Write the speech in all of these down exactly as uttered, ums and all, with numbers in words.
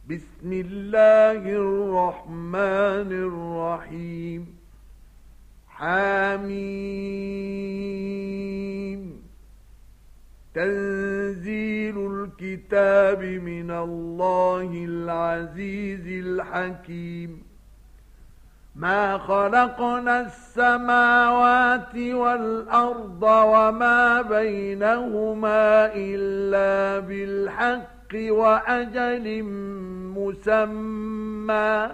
بسم الله الرحمن الرحيم حميم تنزيل الكتاب من الله العزيز الحكيم ما خلقنا السماوات والأرض وما بينهما إلا بالحق وأجل مسمى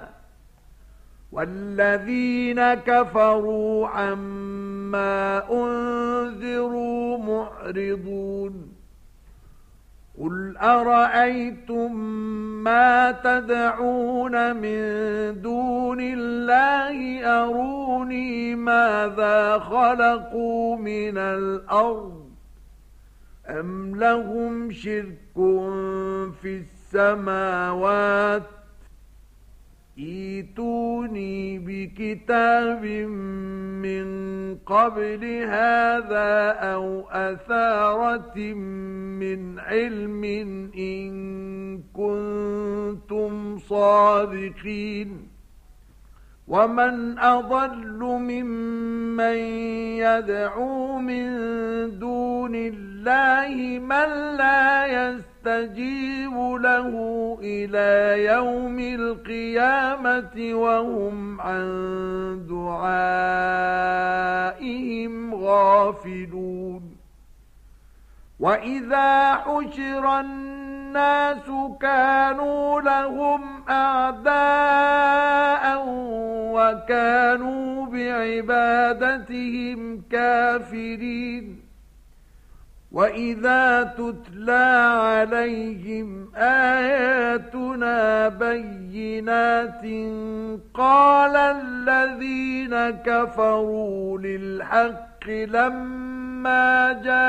والذين كفروا عما أنذروا معرضون قل أرأيتم ما تدعون من دون الله أروني ماذا خلقوا من الأرض أم لهم شرك في السماوات ائتوني بكتاب من قبل هذا أو أثارة من علم إن كنتم صادقين ومن أضل ممن يدعو من دون الله من لا يستجيب له إلى يوم القيامة وهم عن دعائهم غافلون وإذا حشر الناس كانوا لهم أعداء وكانوا بعبادتهم كافرين وإذا تتلى عليهم آياتنا بينات قال الذين كفروا للحق لما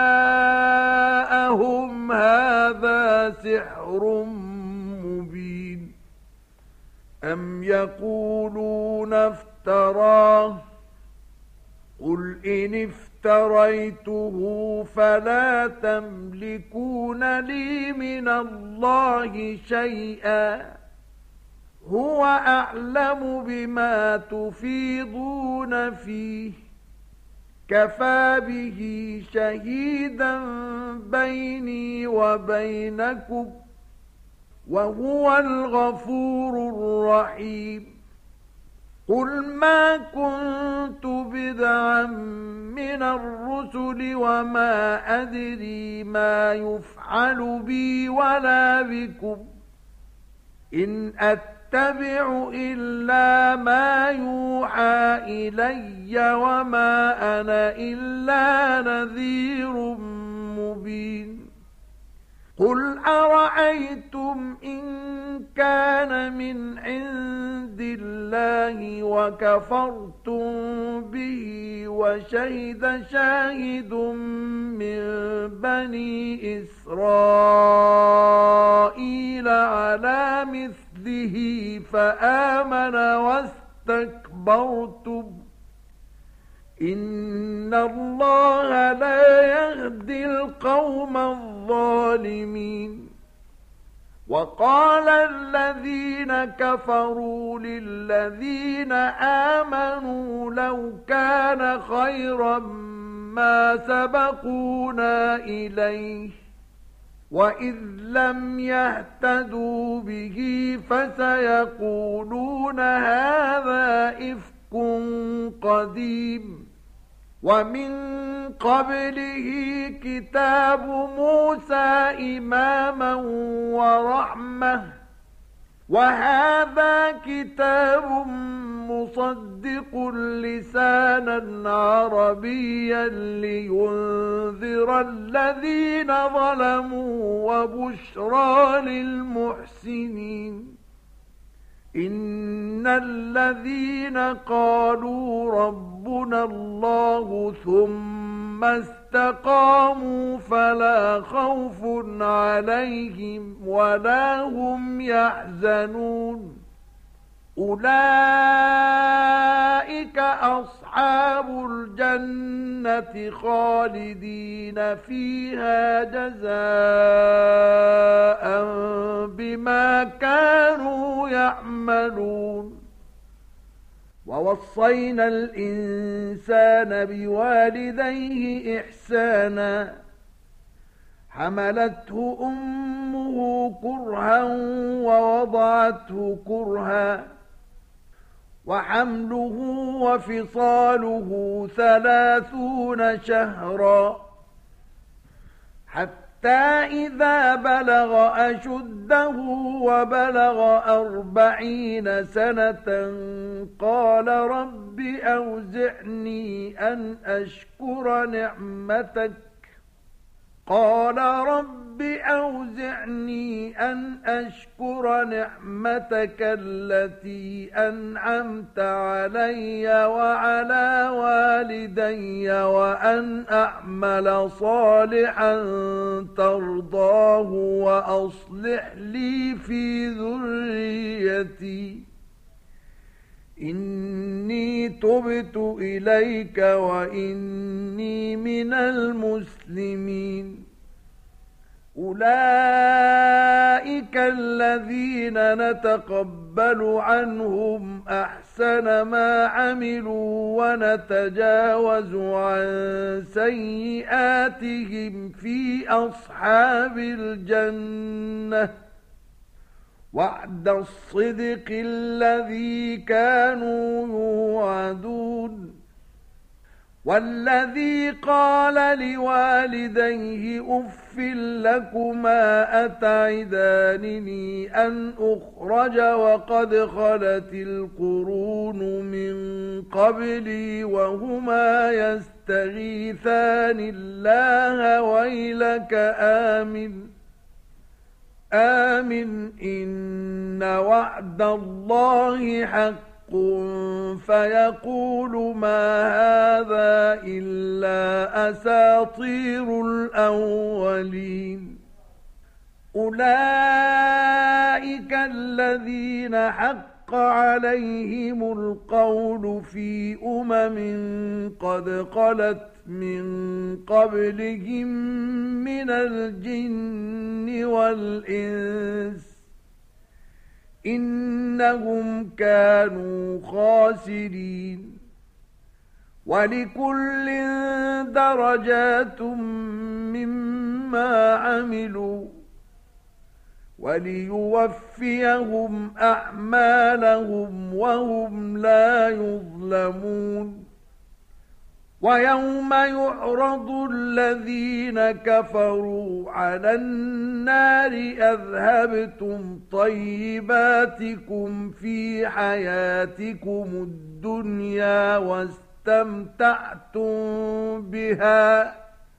جاءهم هذا سحر مبين أم يقولون افتراه قل إن افتريته فلا تملكون لي من الله شيئا هو أعلم بما تفيضون فيه كفى به شهيدا بيني وبينكم وهو الغفور الرحيم قل ما كنت بدعا من الرسل وما أدري ما يفعل بي ولا بكم إن أتبع إلا ما يوحى إلي وما أنا إلا نذير مبين قل أرأيتم إن كان من عند الله وكفرتم به وشهد شاهد من بني إسرائيل على مثله فآمن واستكبرتم إن الله لا يهدي القوم الظالمين وقال الذين كفروا للذين آمنوا لو كان خيرا ما سبقونا إليه وإذ لم يهتدوا به فسيقولون هذا إفك قديم ومن قبله كتاب موسى إماما ورحمة وهذا كتاب مصدق لسانا عربيا لينذر الذين ظلموا وبشرى للمحسنين إن الذين قالوا ربنا الله ثم استقاموا فلا خوف عليهم ولا هم يحزنون أولئك أصحاب أصحاب الجنة خالدين فيها جزاء بما كانوا يعملون ووصينا الإنسان بوالديه إحسانا حملته أمه كرها ووضعته كرها وحمله وفصاله ثلاثون شهرا حتى إذا بلغ أشده وبلغ أربعين سنة قال رب أوزعني أن أشكر نعمتك قال رب أوزعني أن أشكر نعمتك التي أنعمت علي وعلى والدي وأن أعمل صالحا ترضاه وأصلح لي في ذريتي إني تبت إليك وإني من المسلمين أولئك الذين نتقبل عنهم أحسن ما عملوا ونتجاوز عن سيئاتهم في أصحاب الجنة وعد الصدق الذي كانوا يوعدون والذي قال لوالديه أف لكما أتعدانني أن أخرج وقد خلت القرون من قبلي وهما يستغيثان الله ويلك آمن آمن إن وعد الله حق فيقول ما هذا إلا أساطير الأولين أولئك الذين حق عليهم القول في أمم قد خلت من قبلهم من الجن والإنس إنهم كانوا خاسرين ولكل درجات مما عملوا وليوفيهم أعمالهم وهم لا يظلمون ويوم يعرض الذين كفروا على النار أذهبتم طيباتكم في حياتكم الدنيا واستمتعتم بها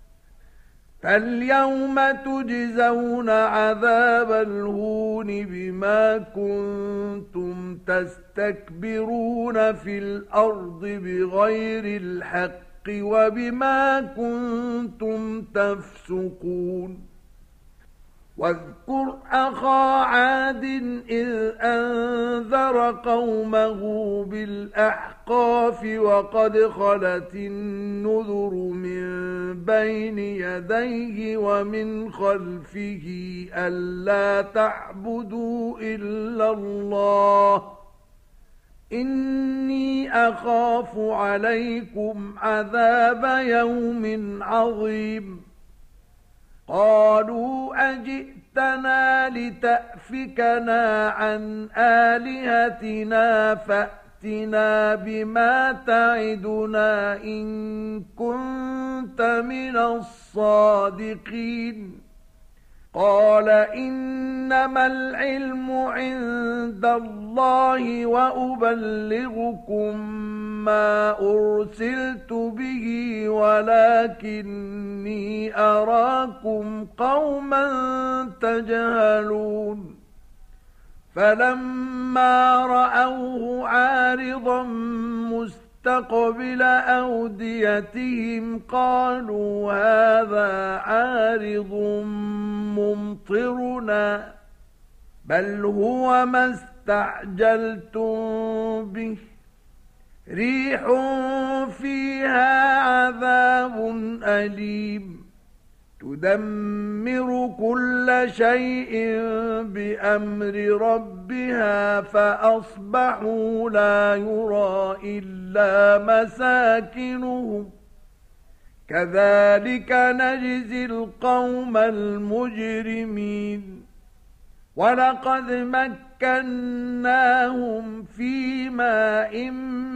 فاليوم تجزون عذاب الهون بما كنتم تستكبرون في الأرض بغير الحق وبما كنتم تفسقون واذكر أخا عاد إذ أنذر قومه بالأحقاف وقد خلت النذر من بين يديه ومن خلفه ألا تعبدوا إلا الله إني أخاف عليكم عذاب يوم عظيم قالوا أجئتنا لتأفكنا عن آلهتنا فأتنا بما تعدنا إن كنت من الصادقين قال إنما العلم عند الله وأبلغكم ما أرسلت به ولكني أراكم قوما تجهلون فلما رأوه عارضا مستقبل أوديتهم قالوا هذا عارض ممطرنا بل هو ما استعجلتم به ريح فيها عذاب أليم تدمر كل شيء بأمر ربها فأصبحوا لا يرى إلا مساكنهم كذلك نجزي القوم المجرمين ولقد مكناهم في ماء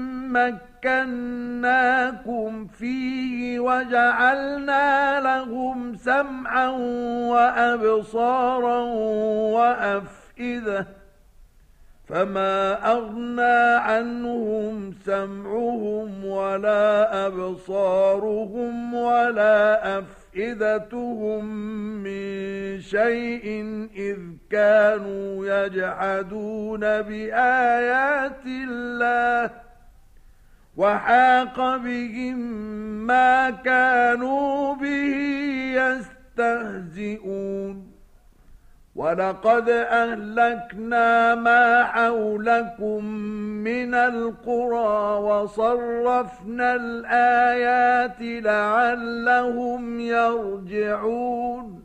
مكناكم فيه وجعلنا لهم سمعا وأبصارا وأفئدة فما أغنى عنهم سمعهم ولا أبصارهم ولا أفئدتهم من شيء إذ كانوا يجحدون بآيات الله وحاق بهم ما كانوا به يستهزئون ولقد أهلكنا ما حولكم من القرى وصرفنا الآيات لعلهم يرجعون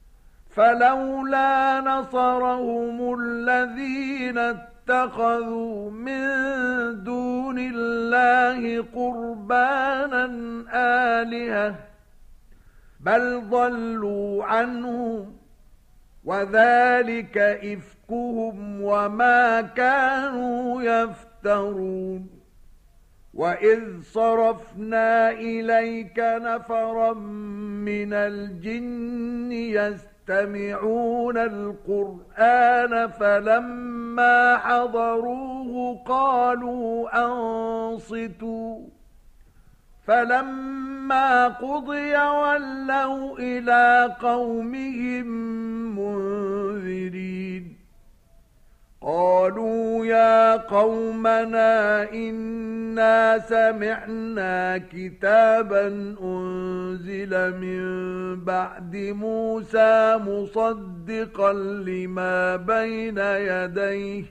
فلولا نصرهم الذين اتخذوا من دون الله قربانا آلهة بل ضلوا عنهم وذلك إفكهم وما كانوا يفترون وإذ صرفنا إليك نفرا من الجن يستمعون القرآن فلما حضروه قالوا أنصتوا فلما قضي ولوا إلى قومهم منذرين قالوا يا قومنا إنا سمعنا كتابا أنزل من بعد موسى مصدقا لما بين يديه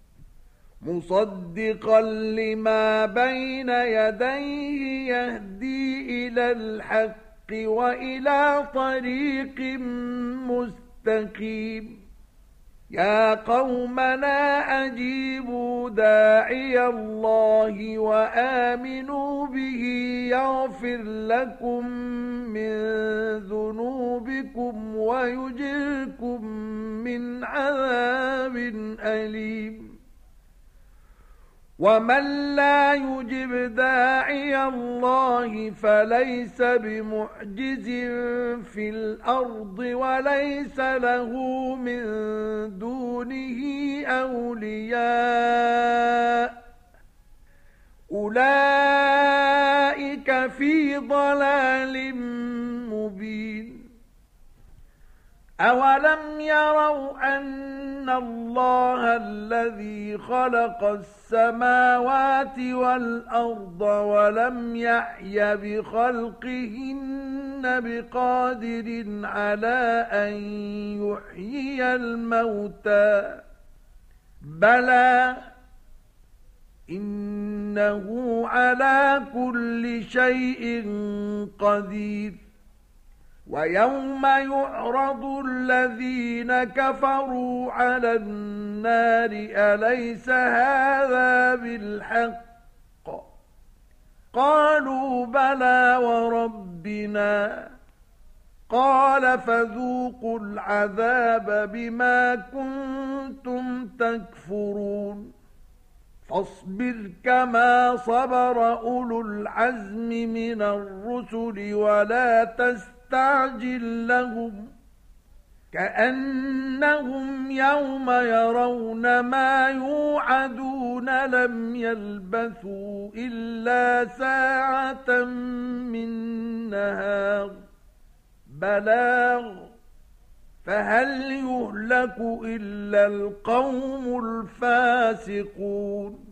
مصدقا لما بين يديه يهدي إلى الحق وإلى طريق مستقيم يا قومنا أجيبوا داعي الله وآمنوا به يغفر لكم من ذنوبكم ويجركم من عذاب أليم ومن لا يجب داعي الله فليس بمعجز في الأرض وليس له من دونه أولياء أولئك في ضلال مبين أولم يروا أن الله الذي خلق السماوات والأرض ولم يعي بخلقهن بقادر على أن يحيي الموتى بلى إنه على كل شيء قدير ويوم يعرض الذين كفروا على النار أليس هذا بالحق قالوا بلى وربنا قال فذوقوا العذاب بما كنتم تكفرون فاصبر كما صبر أولو العزم من الرسل ولا تستعجل استعجل لهم كأنهم يوم يرون ما يوعدون لم يلبثوا إلا ساعة من نهار بلاغ فهل يهلك إلا القوم الفاسقون